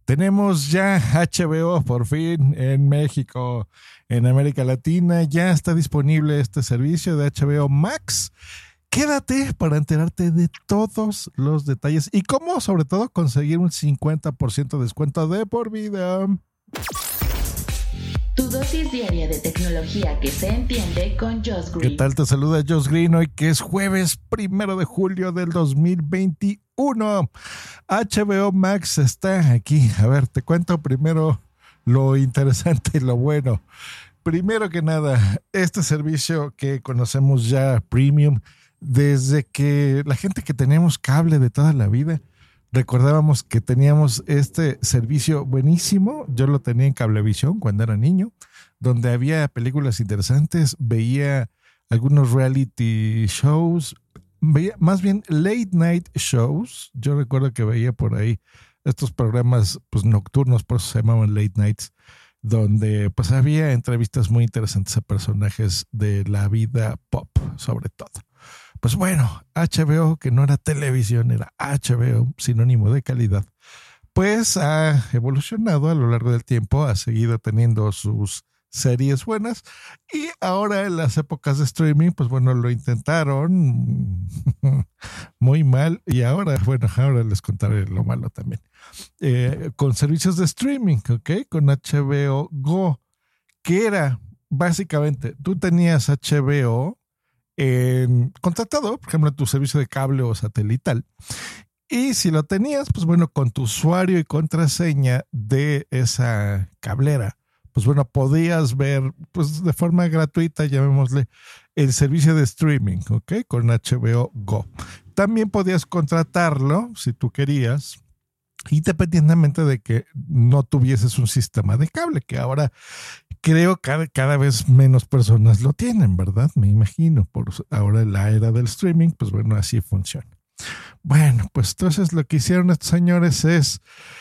Tenemos ya HBO por fin en México, en América Latina. Ya está disponible este servicio de HBO Max. Quédate para enterarte de todos los detalles y cómo, sobre todo, conseguir un 50% de descuento de por vida. Tu dosis diaria de tecnología que se entiende con Josh Green. ¿Qué tal? Te saluda Josh Green hoy que es jueves 1 de julio del 2021. HBO Max está aquí. A ver, te cuento primero lo interesante y lo bueno. Primero que nada, este servicio que conocemos ya premium, desde que la gente que teníamos cable de toda la vida, recordábamos que teníamos este servicio buenísimo. Yo lo tenía en Cablevisión cuando era niño, donde había películas interesantes, veía algunos reality shows, veía más bien late night shows. Yo recuerdo que veía por ahí estos programas pues nocturnos, por eso se llamaban late nights, donde pues había entrevistas muy interesantes a personajes de la vida pop, sobre todo. Pues bueno, HBO, que no era televisión, era HBO, sinónimo de calidad, pues ha evolucionado a lo largo del tiempo, ha seguido teniendo sus series buenas y ahora en las épocas de streaming, pues bueno, lo intentaron muy mal y ahora les contaré lo malo también. Con servicios de streaming, ¿ok? Con HBO Go, que era básicamente, tú tenías HBO contratado, por ejemplo, en tu servicio de cable o satelital. Y si lo tenías, pues bueno, con tu usuario y contraseña de esa cablera, pues bueno, podías ver pues de forma gratuita, llamémosle, el servicio de streaming, ¿ok? Con HBO Go. También podías contratarlo si tú querías, independientemente de que no tuvieses un sistema de cable, que ahora creo que cada vez menos personas lo tienen, ¿verdad? Me imagino, por ahora en la era del streaming, pues bueno, así funciona. Bueno, pues entonces lo que hicieron estos señores es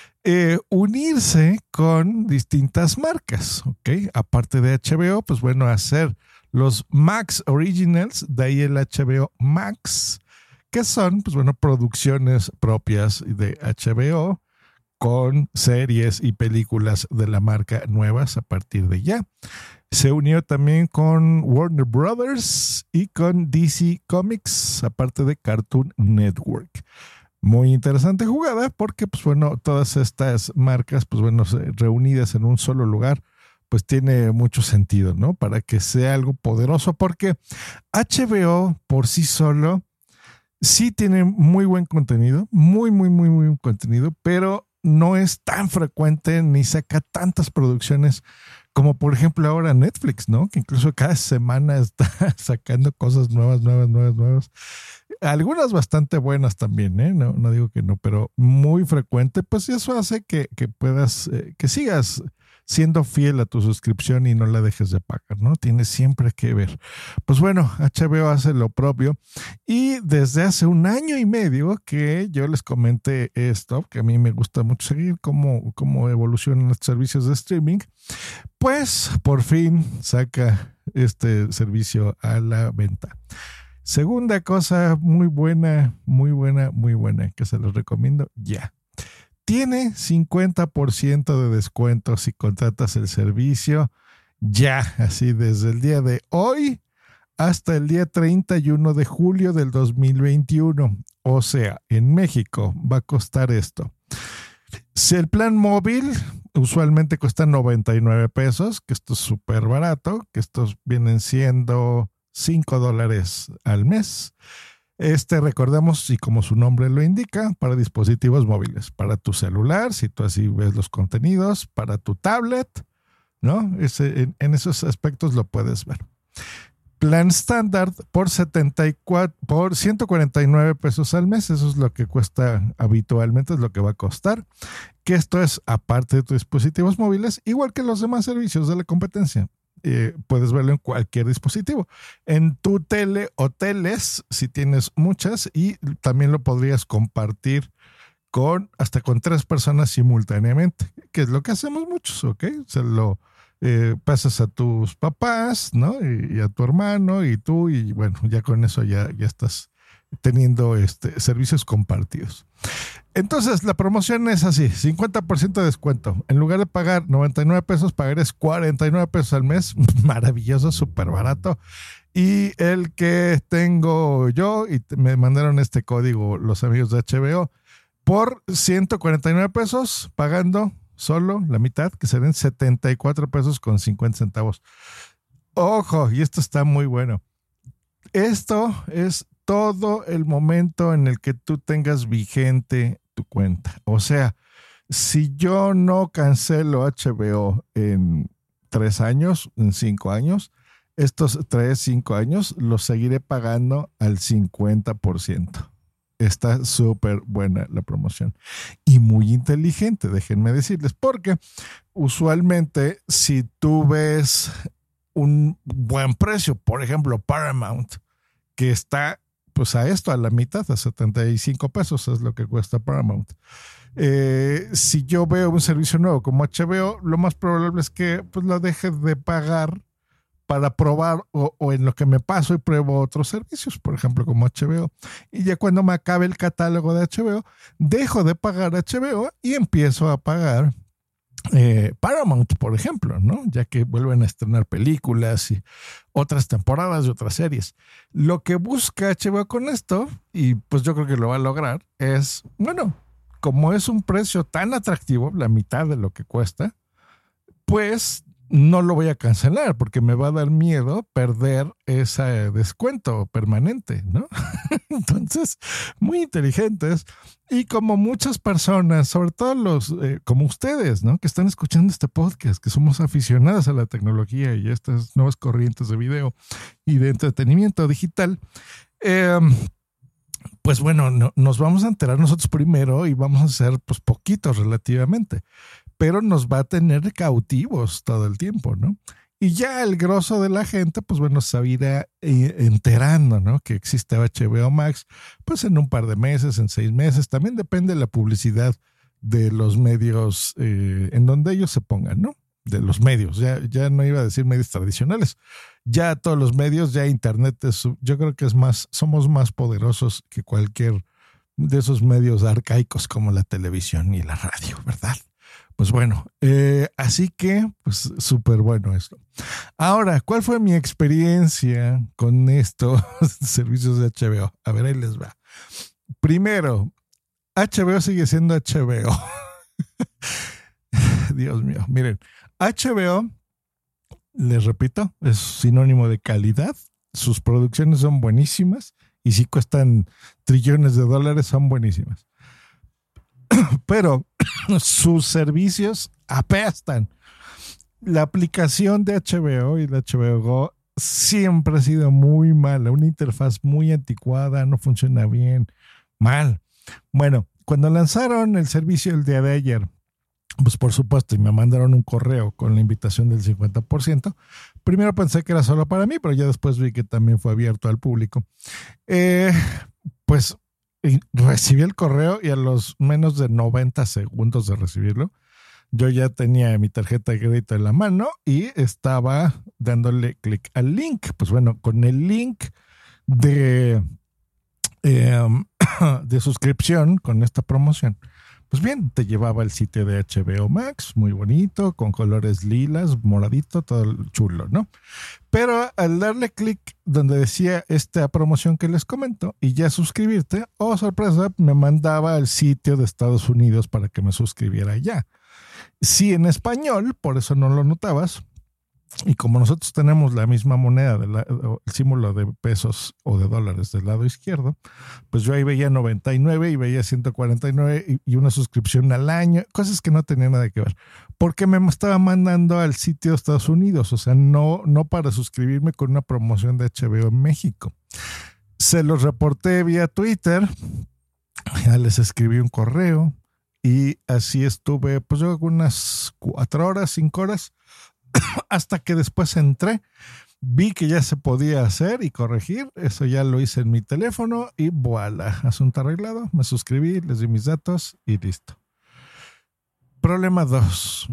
unirse con distintas marcas, ¿ok? Aparte de HBO, pues bueno, hacer los Max Originals, de ahí el HBO Max, que son, pues bueno, producciones propias de HBO, con series y películas de la marca nuevas a partir de ya. Se unió también con Warner Brothers y con DC Comics, aparte de Cartoon Network. Muy interesante jugada porque, pues bueno, todas estas marcas, pues bueno, reunidas en un solo lugar, pues tiene mucho sentido, ¿no? Para que sea algo poderoso, porque HBO por sí solo sí tiene muy buen contenido, muy buen contenido, pero no es tan frecuente ni saca tantas producciones como por ejemplo ahora Netflix, ¿no? Que incluso cada semana está sacando cosas nuevas. Algunas bastante buenas también, ¿eh? No digo que no, pero muy frecuente, pues eso hace que puedas, que sigas siendo fiel a tu suscripción y no la dejes de pagar, ¿no? Tienes siempre que ver. Pues bueno, HBO hace lo propio y desde hace 1 año y medio que yo les comenté esto, que a mí me gusta mucho seguir cómo evolucionan los servicios de streaming, pues por fin saca este servicio a la venta. Segunda cosa muy buena, que se los recomiendo ya. Tiene 50% de descuento si contratas el servicio ya, así desde el día de hoy hasta el día 31 de julio del 2021. O sea, en México va a costar esto. Si el plan móvil usualmente cuesta 99 pesos, que esto es súper barato, que estos vienen siendo $5 al mes. Recordemos, y como su nombre lo indica, para dispositivos móviles, para tu celular, si tú así ves los contenidos, para tu tablet, ¿no? En esos aspectos lo puedes ver. Plan estándar por 149 pesos al mes, eso es lo que cuesta habitualmente, es lo que va a costar, que esto es aparte de tus dispositivos móviles, igual que los demás servicios de la competencia. Puedes verlo en cualquier dispositivo, en tu tele o teles si tienes muchas, y también lo podrías compartir hasta con 3 personas simultáneamente, que es lo que hacemos muchos, ¿ok? Se lo pasas a tus papás, ¿no? Y a tu hermano y tú, y bueno, ya con eso ya estás teniendo servicios compartidos. Entonces, la promoción es así, 50% de descuento. En lugar de pagar 99 pesos, pagarás 49 pesos al mes. Maravilloso, súper barato. Y el que tengo yo, y me mandaron este código los amigos de HBO, por 149 pesos, pagando solo la mitad, que serían 74 pesos con 50 centavos. Ojo, y esto está muy bueno. Esto es todo el momento en el que tú tengas vigente tu cuenta. O sea, si yo no cancelo HBO en 3 años, en 5 años, estos 3, 5 años los seguiré pagando al 50%. Está súper buena la promoción y muy inteligente, déjenme decirles, porque usualmente si tú ves un buen precio, por ejemplo Paramount, que está pues a esto, a la mitad, a 75 pesos es lo que cuesta Paramount. Si yo veo un servicio nuevo como HBO, lo más probable es que pues lo deje de pagar para probar o en lo que me paso y pruebo otros servicios, por ejemplo, como HBO. Y ya cuando me acabe el catálogo de HBO, dejo de pagar HBO y empiezo a pagar Paramount, por ejemplo, ¿no? Ya que vuelven a estrenar películas y otras temporadas y otras series. Lo que busca HBO con esto, y pues yo creo que lo va a lograr, es, bueno, como es un precio tan atractivo, la mitad de lo que cuesta, pues no lo voy a cancelar porque me va a dar miedo perder ese descuento permanente, ¿no? Entonces, muy inteligentes. Y como muchas personas, sobre todo los, como ustedes, ¿no? Que están escuchando este podcast, que somos aficionados a la tecnología y a estas nuevas corrientes de video y de entretenimiento digital, pues bueno, nos vamos a enterar nosotros primero y vamos a hacer pues poquitos relativamente, pero nos va a tener cautivos todo el tiempo, ¿no? Y ya el grosso de la gente, pues bueno, se irá enterando, ¿no? Que existe HBO Max, pues en un par de meses, en 6 meses. También depende de la publicidad de los medios en donde ellos se pongan, ¿no? De los medios. Ya no iba a decir medios tradicionales. Ya todos los medios, ya Internet, yo creo que somos más poderosos que cualquier de esos medios arcaicos como la televisión y la radio, ¿verdad? Pues bueno, así que, pues súper bueno esto. Ahora, ¿cuál fue mi experiencia con estos servicios de HBO? A ver, ahí les va. Primero, HBO sigue siendo HBO. Dios mío, miren, HBO, les repito, es sinónimo de calidad. Sus producciones son buenísimas y si cuestan trillones de dólares, son buenísimas. Pero sus servicios apestan. La aplicación de HBO y de HBO Go siempre ha sido muy mala, una interfaz muy anticuada, no funciona bien, mal. Bueno, cuando lanzaron el servicio el día de ayer, pues por supuesto, y me mandaron un correo con la invitación del 50%. Primero pensé que era solo para mí, pero ya después vi que también fue abierto al público. Pues recibí el correo y a los menos de 90 segundos de recibirlo, yo ya tenía mi tarjeta de crédito en la mano y estaba dándole clic al link. Pues bueno, con el link de suscripción con esta promoción, pues bien, te llevaba el sitio de HBO Max, muy bonito, con colores lilas, moradito, todo chulo, ¿no? Pero al darle clic donde decía esta promoción que les comento y ya suscribirte, oh sorpresa, me mandaba al sitio de Estados Unidos para que me suscribiera ya. Sí, en español, por eso no lo notabas. Y como nosotros tenemos la misma moneda, el símbolo de pesos o de dólares del lado izquierdo, pues yo ahí veía 99 y veía 149 y una suscripción al año, cosas que no tenían nada que ver. Porque me estaba mandando al sitio de Estados Unidos, o sea, no para suscribirme con una promoción de HBO en México. Se los reporté vía Twitter, ya les escribí un correo y así estuve, pues yo unas 4 horas, 5 horas, hasta que después entré, vi que ya se podía hacer y corregir, eso ya lo hice en mi teléfono y voilà, asunto arreglado, me suscribí, les di mis datos y listo. Problema 2,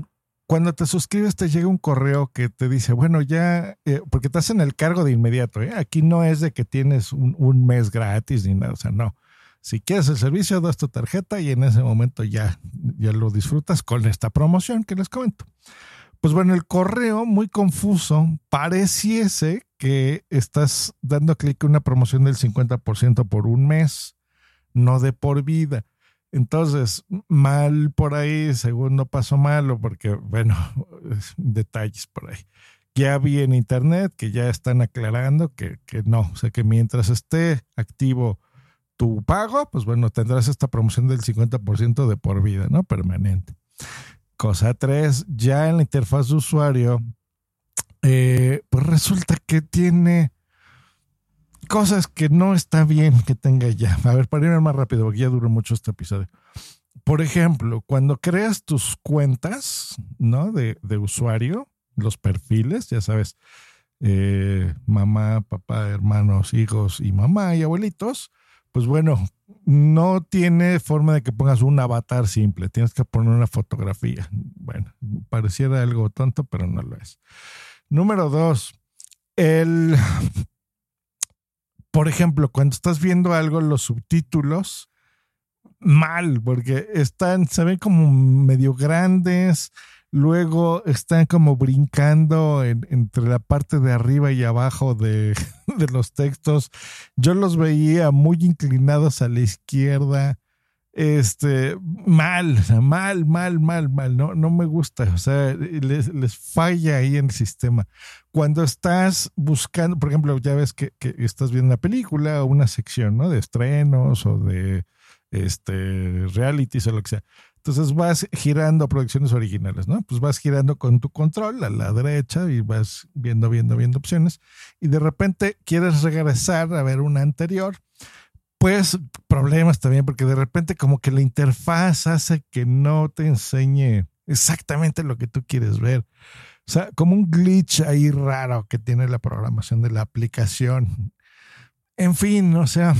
cuando te suscribes te llega un correo que te dice, bueno, ya, porque te hacen el cargo de inmediato, ¿eh? Aquí no es de que tienes un mes gratis ni nada, o sea, no. Si quieres el servicio, das tu tarjeta y en ese momento ya lo disfrutas con esta promoción que les comento. Pues bueno, el correo, muy confuso, pareciese que estás dando clic en una promoción del 50% por un mes, no de por vida. Entonces, mal por ahí, segundo paso malo, porque, bueno, detalles por ahí. Ya vi en internet que ya están aclarando que no, o sea que mientras esté activo tu pago, pues bueno, tendrás esta promoción del 50% de por vida, ¿no? Permanente. Cosa 3, ya en la interfaz de usuario, pues resulta que tiene cosas que no está bien que tenga ya. A ver, para ir más rápido, porque ya duró mucho este episodio. Por ejemplo, cuando creas tus cuentas, ¿no? De usuario, los perfiles, ya sabes, mamá, papá, hermanos, hijos y mamá y abuelitos, pues bueno, no tiene forma de que pongas un avatar simple, tienes que poner una fotografía. Bueno, pareciera algo tonto, pero no lo es. Número 2, por ejemplo, cuando estás viendo algo, los subtítulos, mal, porque se ven como medio grandes, luego están como brincando entre la parte de arriba y abajo de los textos. Yo los veía muy inclinados a la izquierda. Mal, no me gusta, o sea, les falla ahí en el sistema. Cuando estás buscando, por ejemplo, ya ves que estás viendo una película o una sección, ¿no? De estrenos o de realities o lo que sea. Entonces vas girando producciones originales, ¿no? Pues vas girando con tu control a la derecha y vas viendo opciones y de repente quieres regresar a ver una anterior. Pues problemas también porque de repente como que la interfaz hace que no te enseñe exactamente lo que tú quieres ver. O sea, como un glitch ahí raro que tiene la programación de la aplicación. En fin, o sea,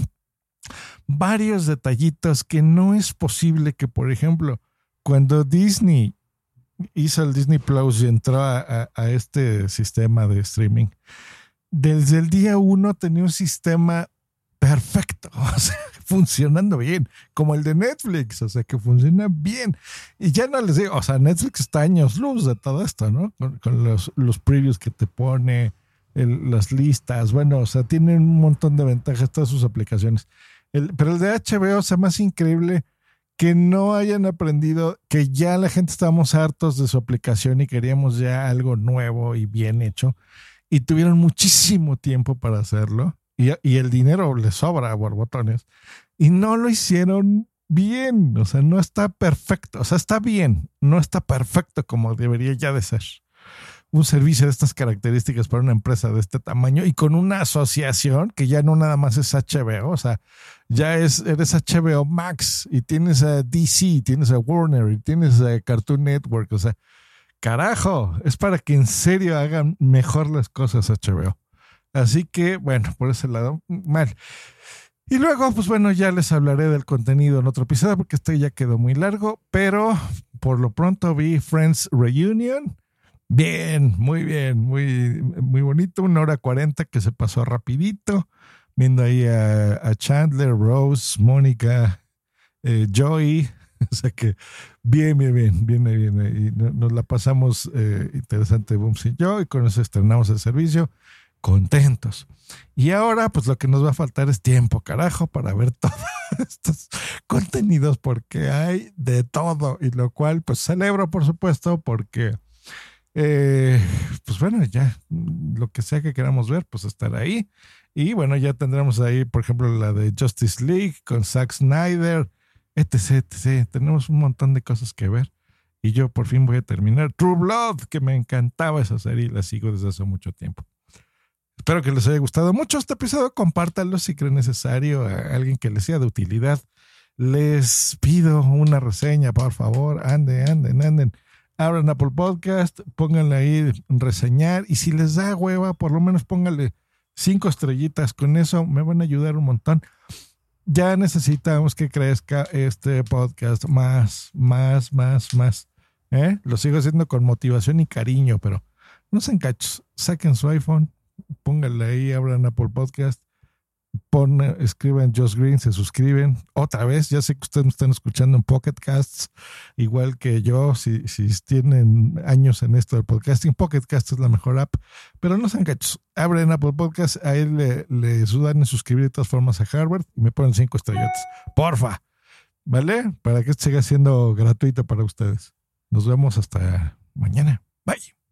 varios detallitos que no es posible que, por ejemplo, cuando Disney hizo el Disney Plus y entró a este sistema de streaming, desde el día 1 tenía un sistema perfecto, o sea, funcionando bien, como el de Netflix, o sea, que funciona bien. Y ya no les digo, o sea, Netflix está años luz de todo esto, ¿no? Con los previews que te pone, las listas, bueno, o sea, tienen un montón de ventajas todas sus aplicaciones. Pero el de HBO, o sea, más increíble que no hayan aprendido, que ya la gente estábamos hartos de su aplicación y queríamos ya algo nuevo y bien hecho, y tuvieron muchísimo tiempo para hacerlo. Y el dinero les sobra a borbotones y no lo hicieron bien, o sea, no está perfecto, o sea, está bien, no está perfecto como debería ya de ser. Un servicio de estas características para una empresa de este tamaño y con una asociación que ya no nada más es HBO, o sea, ya eres HBO Max y tienes a DC, tienes a Warner y tienes a Cartoon Network, o sea, carajo, es para que en serio hagan mejor las cosas HBO. Así que, bueno, por ese lado, mal. Y luego, pues bueno, ya les hablaré del contenido en otro episodio porque este ya quedó muy largo, pero por lo pronto vi Friends Reunion. Bien, muy bonito, 1:40 que se pasó rapidito, viendo ahí a Chandler, Rose, Mónica, Joey, o sea que bien, y nos la pasamos interesante, Booms y yo, y con eso estrenamos el servicio. Contentos. Y ahora, pues lo que nos va a faltar es tiempo, carajo, para ver todos estos contenidos, porque hay de todo, y lo cual, pues celebro, por supuesto, porque, pues bueno, ya lo que sea que queramos ver, pues estar ahí. Y bueno, ya tendremos ahí, por ejemplo, la de Justice League con Zack Snyder, etc. Tenemos un montón de cosas que ver. Y yo por fin voy a terminar True Blood, que me encantaba esa serie y la sigo desde hace mucho tiempo. Espero que les haya gustado mucho este episodio. Compártanlo si creen necesario a alguien que les sea de utilidad. Les pido una reseña, por favor. Anden. Abran Apple Podcast, pónganle ahí reseñar. Y si les da hueva, por lo menos pónganle 5 estrellitas. Con eso me van a ayudar un montón. Ya necesitamos que crezca este podcast más. Lo sigo haciendo con motivación y cariño, pero no sean cachos. Saquen su iPhone, pónganle ahí, abran Apple Podcast, escriban Josh Green, se suscriben. Otra vez, ya sé que ustedes me están escuchando en Pocket Casts, igual que yo, si tienen años en esto del podcasting, Pocket Cast es la mejor app, pero no sean cachos. Abren Apple Podcast, ahí le sudan en suscribir de todas formas a Harvard y me ponen 5 estrellotas. Porfa, ¿vale? Para que esto siga siendo gratuito para ustedes. Nos vemos hasta mañana. Bye.